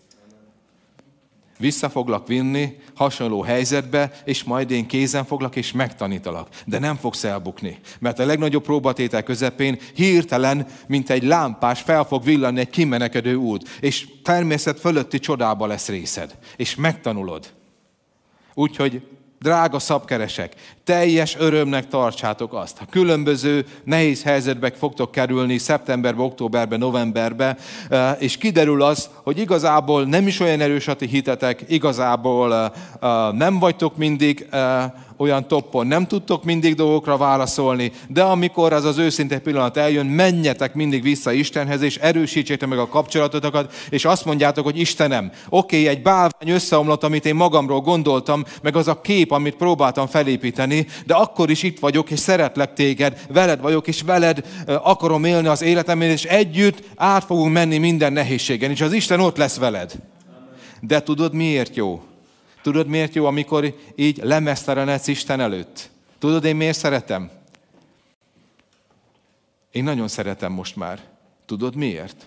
Vissza foglak vinni hasonló helyzetbe, és majd én kézen foglak, és megtanítalak. De nem fogsz elbukni. Mert a legnagyobb próbatétel közepén hirtelen, mint egy lámpás, fel fog villanni egy kimenekedő út. És természet fölötti csodába lesz részed. És megtanulod. Úgyhogy drága szabkeresek, teljes örömnek tartsátok azt. Ha különböző nehéz helyzetbe fogtok kerülni szeptemberbe, októberbe, novemberbe, és kiderül az, hogy igazából nem is olyan erős a ti hitetek, igazából nem vagytok mindig olyan toppon, nem tudtok mindig dolgokra válaszolni, de amikor az az őszinte pillanat eljön, menjetek mindig vissza Istenhez, és erősítsétek meg a kapcsolatotokat, és azt mondjátok, hogy Istenem, oké, egy bálvány összeomlott, amit én magamról gondoltam, meg az a kép, amit próbáltam felépíteni, de akkor is itt vagyok, és szeretlek téged, veled vagyok, és veled akarom élni az életemért, és együtt át fogunk menni minden nehézségen, és az Isten ott lesz veled. De tudod, miért jó? Tudod, miért jó, amikor így lemeztelenedsz Isten előtt? Tudod, én miért szeretem? Én nagyon szeretem most már. Tudod, miért?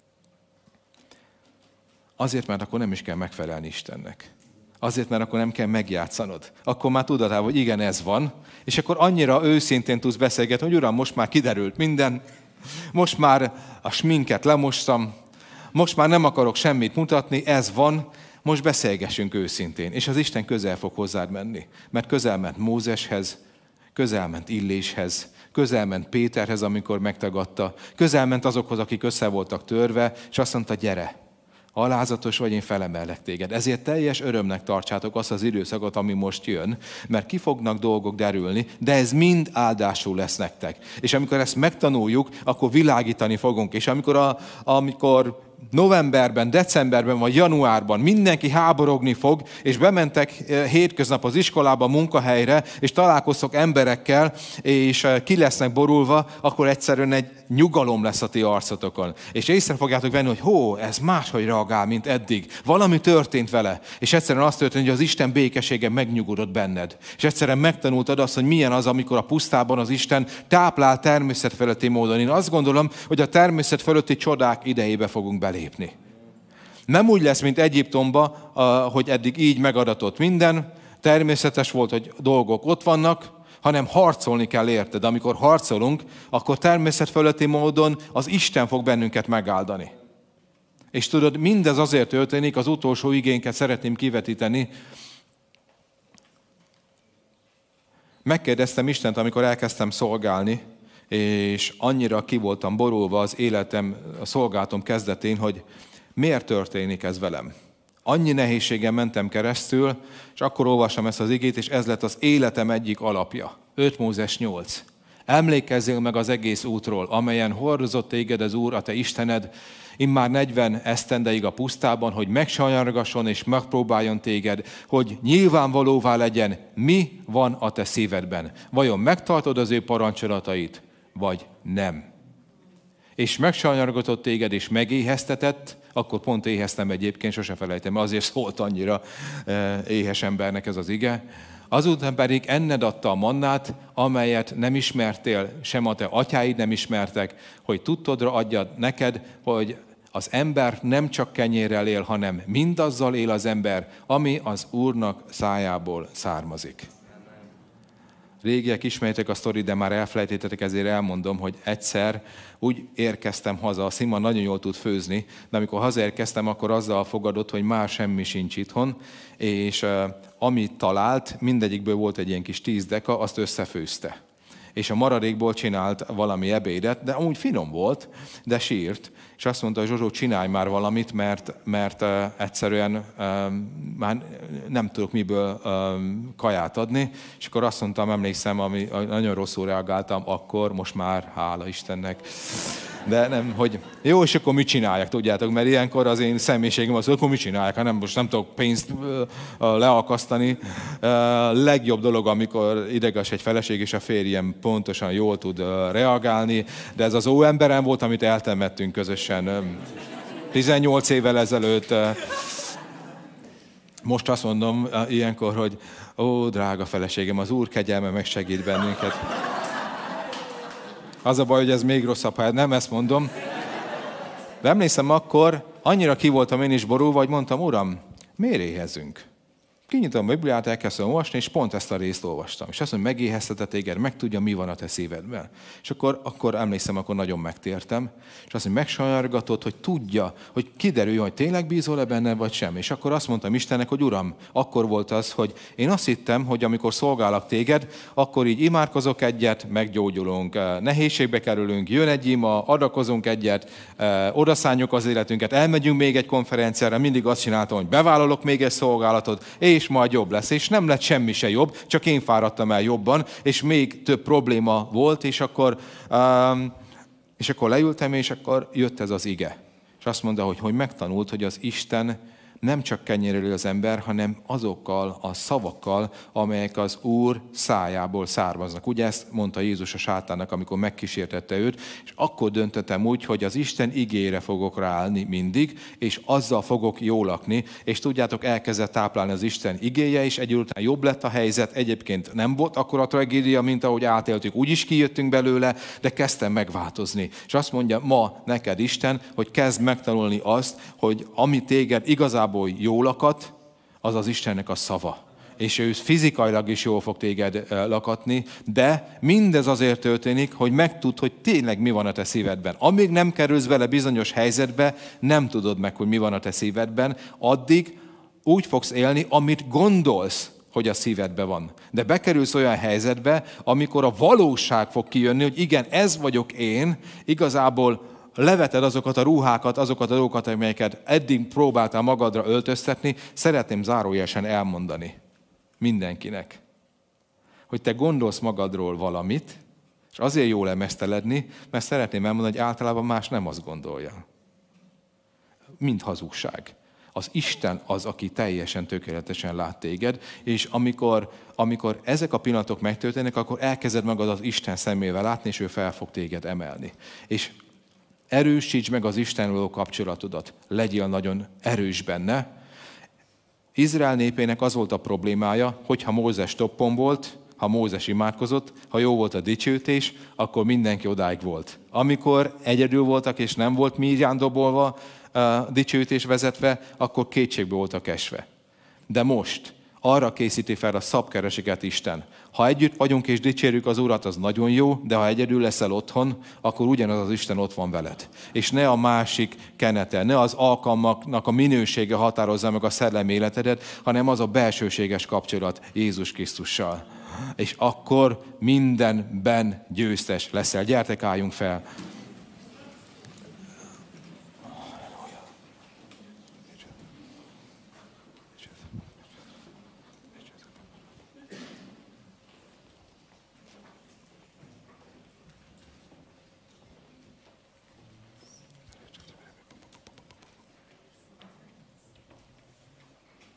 Azért, mert akkor nem is kell megfelelni Istennek. Azért, mert akkor nem kell megjátszanod. Akkor már tudod, hogy igen, ez van, és akkor annyira őszintén tudsz beszélgetni, hogy uram, most már kiderült minden, most már a sminket lemostam, most már nem akarok semmit mutatni, ez van, most beszélgessünk őszintén, és az Isten közel fog hozzád menni. Mert közel ment Mózeshez, közel ment Illéshez, közel ment Péterhez, amikor megtagadta, közel ment azokhoz, akik össze voltak törve, és azt mondta, gyere, alázatos vagy, én felemellek téged. Ezért teljes örömnek tartsátok azt az időszakot, ami most jön, mert ki fognak dolgok derülni, de ez mind áldásul lesz nektek. És amikor ezt megtanuljuk, akkor világítani fogunk. És amikor novemberben, decemberben vagy januárban mindenki háborogni fog, és bementek hétköznap az iskolába, munkahelyre, és találkoztok emberekkel, és ki lesznek borulva, akkor egyszerűen egy nyugalom lesz a ti arcotokon. És észre fogjátok venni, hogy ez máshogy reagál, mint eddig. Valami történt vele. És egyszerűen azt történt, hogy az Isten békessége megnyugodott benned. És egyszerűen megtanultad azt, hogy milyen az, amikor a pusztában az Isten táplál természet fölötti módon. Én azt gondolom, hogy a természet fölötti csodák idejébe fogunk belépni. Nem úgy lesz, mint Egyiptomban, hogy eddig így megadatott minden, természetes volt, hogy dolgok ott vannak, hanem harcolni kell érte. De amikor harcolunk, akkor természet fölötti módon az Isten fog bennünket megáldani. És tudod, mindez azért történik, az utolsó igénket szeretném kivetíteni. Megkérdeztem Istent, amikor elkezdtem szolgálni, és annyira ki voltam borulva az életem, a szolgálatom kezdetén, hogy miért történik ez velem. Annyi nehézségen mentem keresztül, és akkor olvastam ezt az igét, és ez lett az életem egyik alapja. 5 Mózes 8. Emlékezzél meg az egész útról, amelyen hordozott téged az Úr, a te Istened, immár 40 esztendeig a pusztában, hogy megsajnargasson és megpróbáljon téged, hogy nyilvánvalóvá legyen, mi van a te szívedben. Vajon megtartod az ő parancsolatait, vagy nem? és megsajnálgatott téged, és megéheztetett, akkor pont éheztem egyébként, sose felejtem, azért szólt annyira éhes embernek ez az ige. Azután pedig enned adta a mannát, amelyet nem ismertél, sem a te atyáid nem ismertek, hogy tudtodra adjad neked, hogy az ember nem csak kenyérrel él, hanem mindazzal él az ember, ami az Úrnak szájából származik. Régiek ismerjétek a sztorit, de már elfelejtettek, ezért elmondom, hogy egyszer úgy érkeztem haza, a Szima nagyon jól tud főzni, de amikor hazaérkeztem, akkor azzal fogadott, hogy már semmi sincs itthon, és amit talált, mindegyikből volt egy ilyen kis 10 deka, azt összefőzte. És a maradékból csinált valami ebédet, de amúgy finom volt, de sírt. És azt mondta, hogy Zsozsó, csinálj már valamit, mert egyszerűen már nem tudok miből kaját adni. És akkor azt mondtam, emlékszem, ami nagyon rosszul reagáltam, akkor most már, hála Istennek. De nem, hogy jó, és akkor mit csináljak, tudjátok, mert ilyenkor az én személyiségem az, akkor mit csináljak, ha nem, most nem tudok pénzt leakasztani. Legjobb dolog, amikor ideges egy feleség, és a férjem pontosan jól tud reagálni, de ez az óemberem volt, amit eltemettünk közösen 18 évvel ezelőtt. Most azt mondom ilyenkor, hogy ó, drága feleségem, az Úr kegyelme megsegít bennünket. Az a baj, hogy ez még rosszabb, ha nem ezt mondom. De emlékszem, akkor annyira ki voltam én is borulva, hogy mondtam, Uram, miért éhezünk? Kinyitom a Bibliát, elkezdtem olvasni, és pont ezt a részt olvastam. És azt mondja, megéheztetett téged, megtudja, mi van a te szívedben. És akkor emlékszem, akkor nagyon megtértem. És azt mondja, megsajnálgatott, hogy tudja, hogy kiderüljön, hogy tényleg bízol-e benne, vagy sem. És akkor azt mondtam Istennek, hogy Uram, akkor volt az, hogy én azt hittem, hogy amikor szolgálok téged, akkor így imádkozok egyet, meggyógyulunk, nehézségbe kerülünk, jön egy ima, adakozunk egyet, odaszálljuk az életünket, elmegyünk még egy konferenciára, mindig azt csináltam, hogy bevállalok még egy szolgálatot, és majd jobb lesz. És nem lett semmi se jobb, csak én fáradtam el jobban, és még több probléma volt, és akkor leültem, és akkor jött ez az ige. És azt mondta, hogy megtanult, hogy az Isten nem csak kenyérrel él az ember, hanem azokkal a szavakkal, amelyek az Úr szájából származnak. Ugye ezt mondta Jézus a sátánnak, amikor megkísértette őt, és akkor döntöttem úgy, hogy az Isten igére fogok ráállni mindig, és azzal fogok jól lakni, és tudjátok, elkezdett táplálni az Isten igéje, és egy idő után jobb lett a helyzet, egyébként nem volt akkora tragédia, mint ahogy átéltük, úgyis kijöttünk belőle, de kezdtem megváltozni. És azt mondja ma neked Isten, hogy kezd megtanulni azt, hogy ami téged igazából jól lakat, az az Istennek a szava. És ő fizikailag is jól fog téged lakatni, de mindez azért történik, hogy megtudd, hogy tényleg mi van a te szívedben. Amíg nem kerülsz vele bizonyos helyzetbe, nem tudod meg, hogy mi van a te szívedben, addig úgy fogsz élni, amit gondolsz, hogy a szívedben van. De bekerülsz olyan helyzetbe, amikor a valóság fog kijönni, hogy igen, ez vagyok én, igazából leveted azokat a ruhákat, azokat a dolgokat, amelyeket eddig próbáltál magadra öltöztetni, szeretném zárójelesen elmondani mindenkinek, hogy te gondolsz magadról valamit, és azért jó lemezteledni, mert szeretném elmondani, hogy általában más nem azt gondolja. Mind hazugság. Az Isten az, aki teljesen tökéletesen lát téged, és amikor ezek a pillanatok megtörténnek, akkor elkezded magad az Isten szemével látni, és ő fel fog téged emelni. És erősíts meg az Istenről való kapcsolatodat. Legyél nagyon erős benne. Izrael népének az volt a problémája, hogyha Mózes toppon volt, ha Mózes imádkozott, ha jó volt a dicsőítés, akkor mindenki odáig volt. Amikor egyedül voltak, és nem volt Mírján dobolva, dicsőítés vezetve, akkor kétségbe voltak esve. De most arra készíti fel a szabkereseket Isten. Ha együtt vagyunk és dicsérjük az Urat, az nagyon jó, de ha egyedül leszel otthon, akkor ugyanaz az Isten ott van veled. És ne a másik kenete, ne az alkalmaknak a minősége határozza meg a szellemi életedet, hanem az a belsőséges kapcsolat Jézus Krisztussal. És akkor mindenben győztes leszel. Gyertek, álljunk fel!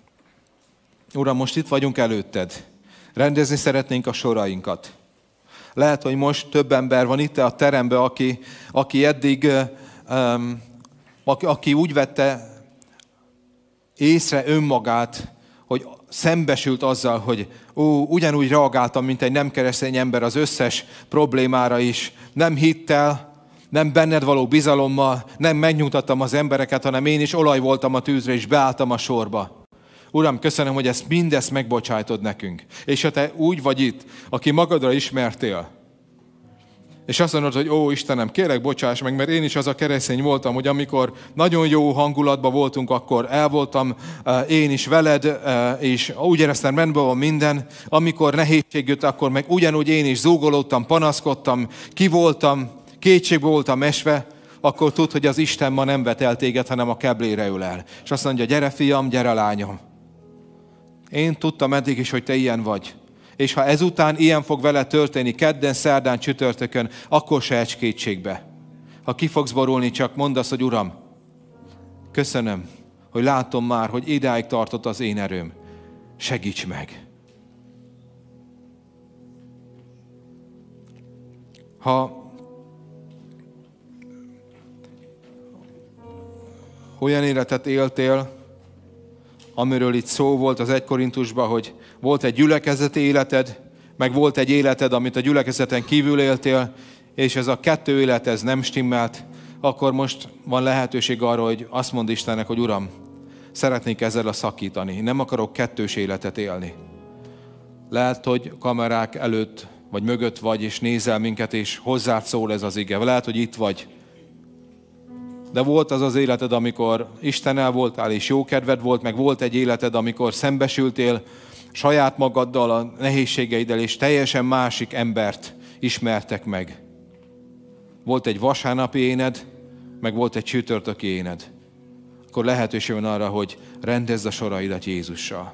Uram, most itt vagyunk előtted. Rendezni szeretnénk a sorainkat. Lehet, hogy most több ember van itt a teremben, aki eddig, aki úgy vette észre önmagát, hogy szembesült azzal, hogy ugyanúgy reagáltam, mint egy nem keresztény ember az összes problémára is. Nem hittel, nem benned való bizalommal, nem megnyugtattam az embereket, hanem én is olaj voltam a tűzre, és beálltam a sorba. Uram, köszönöm, hogy mindezt megbocsájtod nekünk. És ha te úgy vagy itt, aki magadra ismertél, és azt mondod, hogy Istenem, kérlek, bocsáss meg, mert én is az a keresztény voltam, hogy amikor nagyon jó hangulatban voltunk, akkor el voltam én is veled, és úgy éreztem, rendben van minden. Amikor nehézség jött, akkor meg ugyanúgy én is zúgolódtam, panaszkodtam, kétségbe voltam esve, akkor tudd, hogy az Isten ma nem vet el téged, hanem a keblére ül el. És azt mondja, gyere fiam, gyere lányom. Én tudtam eddig is, hogy te ilyen vagy. És ha ezután ilyen fog vele történni, kedden, szerdán, csütörtökön, akkor se esd kétségbe. Ha ki fogsz borulni, csak mondd azt, hogy Uram, köszönöm, hogy látom már, hogy idáig tartott az én erőm. Segíts meg! Ha olyan életet éltél, amiről itt szó volt az 1 Korintusban, hogy volt egy gyülekezeti életed, meg volt egy életed, amit a gyülekezeten kívül éltél, és ez a 2 élet ez nem stimmelt, akkor most van lehetőség arra, hogy azt mondd Istennek, hogy Uram, szeretnék ezzel szakítani. Nem akarok 2 életet élni. Lehet, hogy kamerák előtt vagy mögött vagy, és nézel minket, és hozzád szól ez az ige. Lehet, hogy itt vagy. De volt az az életed, amikor Istennel voltál, és jó kedved volt, meg volt egy életed, amikor szembesültél saját magaddal, a nehézségeiddel, és teljesen másik embert ismertek meg. Volt egy vasárnapi éned, meg volt egy csütörtöki éned. Akkor lehetőség van arra, hogy rendezd a soraidat Jézussal.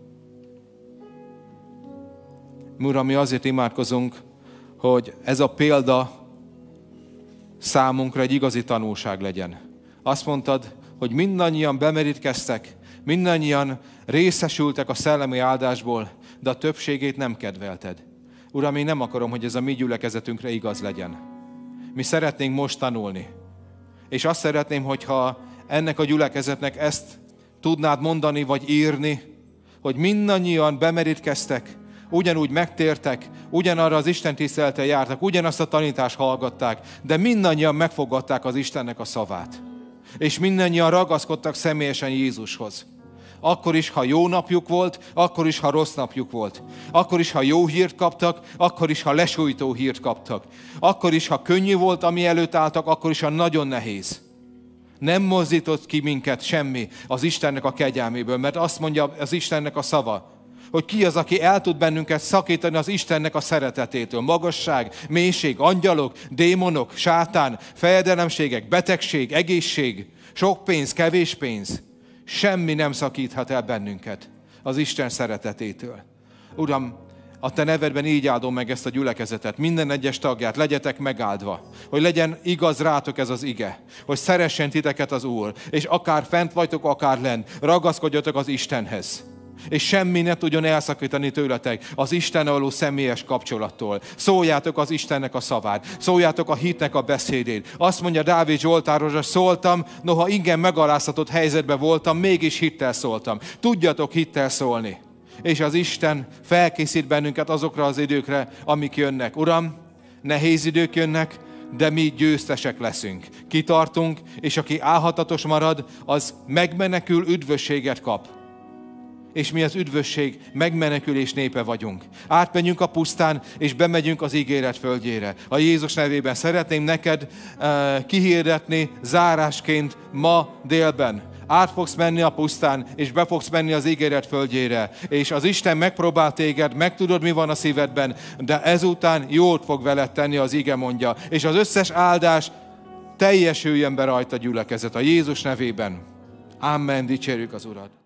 Uram, mi azért imádkozunk, hogy ez a példa számunkra egy igazi tanulság legyen. Azt mondtad, hogy mindannyian bemerítkeztek, mindannyian részesültek a szellemi áldásból, de a többségét nem kedvelted. Uram, én nem akarom, hogy ez a mi gyülekezetünkre igaz legyen. Mi szeretnénk most tanulni. És azt szeretném, hogyha ennek a gyülekezetnek ezt tudnád mondani, vagy írni, hogy mindannyian bemerítkeztek, ugyanúgy megtértek, ugyanarra az Isten tiszteletre jártak, ugyanazt a tanítást hallgatták, de mindannyian megfogadták az Istennek a szavát. És mindannyian ragaszkodtak személyesen Jézushoz. Akkor is, ha jó napjuk volt, akkor is, ha rossz napjuk volt. Akkor is, ha jó hírt kaptak, akkor is, ha lesújtó hírt kaptak. Akkor is, ha könnyű volt, ami előtt álltak, akkor is, ha nagyon nehéz. Nem mozdított ki minket semmi az Istennek a kegyelméből, mert azt mondja az Istennek a szava, hogy ki az, aki el tud bennünket szakítani az Istennek a szeretetétől. Magasság, mélység, angyalok, démonok, sátán, fejedelemségek, betegség, egészség, sok pénz, kevés pénz. Semmi nem szakíthat el bennünket az Isten szeretetétől. Uram, a Te nevedben így áldom meg ezt a gyülekezetet, minden egyes tagját, legyetek megáldva, hogy legyen igaz rátok ez az ige, hogy szeressen titeket az Úr, és akár fent vagytok, akár lent, ragaszkodjatok az Istenhez. És semmi ne tudjon elszakítani tőletek az Istennel való személyes kapcsolattól. Szóljátok az Istennek a szavát, szóljátok a hitnek a beszédét. Azt mondja Dávid Zsoltáros, hogy szóltam, noha igen megaláztatott helyzetben voltam, mégis hittel szóltam. Tudjatok hittel szólni. És az Isten felkészít bennünket azokra az időkre, amik jönnek. Uram, nehéz idők jönnek, de mi győztesek leszünk. Kitartunk, és aki álhatatos marad, az megmenekül, üdvösséget kap. És mi az üdvösség, megmenekülés népe vagyunk. Átmenjünk a pusztán, és bemegyünk az ígéret földjére. A Jézus nevében szeretném neked kihirdetni zárásként ma délben. Át fogsz menni a pusztán, és be fogsz menni az ígéret földjére. És az Isten megpróbál téged, megtudod, mi van a szívedben, de ezután jót fog veled tenni, az ige mondja. És az összes áldás teljesüljön be rajta, gyülekezet, a Jézus nevében. Amen, dicsérjük az Urat.